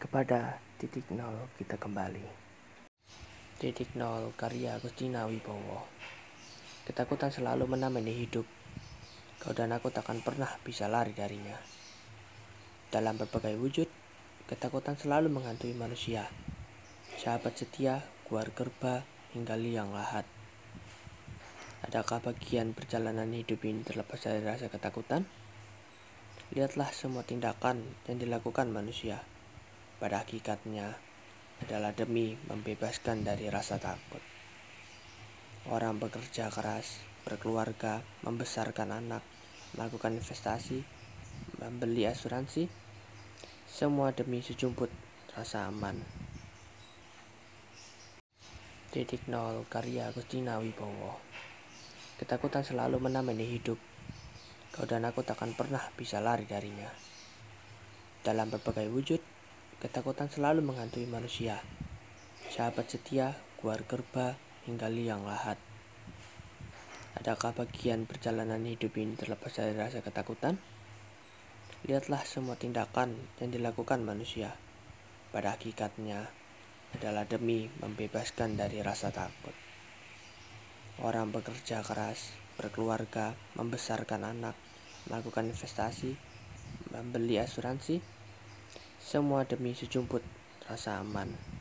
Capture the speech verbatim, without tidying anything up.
Kepada titik nol kita kembali. Titik nol karya Agustina Wibowo. Ketakutan selalu menemani hidup. Kau dan aku takkan pernah bisa lari darinya. Dalam berbagai wujud, ketakutan selalu menghantui manusia. Sahabat setia, keluar gerba, hingga liang lahat. Adakah bagian perjalanan hidup ini terlepas dari rasa ketakutan? Lihatlah semua tindakan yang dilakukan manusia. Pada hakikatnya adalah demi membebaskan dari rasa takut. Orang bekerja keras, berkeluarga, membesarkan anak, melakukan investasi, membeli asuransi, semua demi sejumput rasa aman. Titik nol karya Agustina Wibowo. Ketakutan selalu menemani hidup. Kau dan aku takkan pernah bisa lari darinya. Dalam berbagai wujud, ketakutan selalu menghantui manusia. Sahabat setia, keluar gerba, hingga liang lahat. Adakah bagian perjalanan hidup ini terlepas dari rasa ketakutan? Lihatlah semua tindakan yang dilakukan manusia. Pada hakikatnya adalah demi membebaskan dari rasa takut. Orang bekerja keras, berkeluarga, membesarkan anak, melakukan investasi, membeli asuransi, semua demi sejumput rasa aman.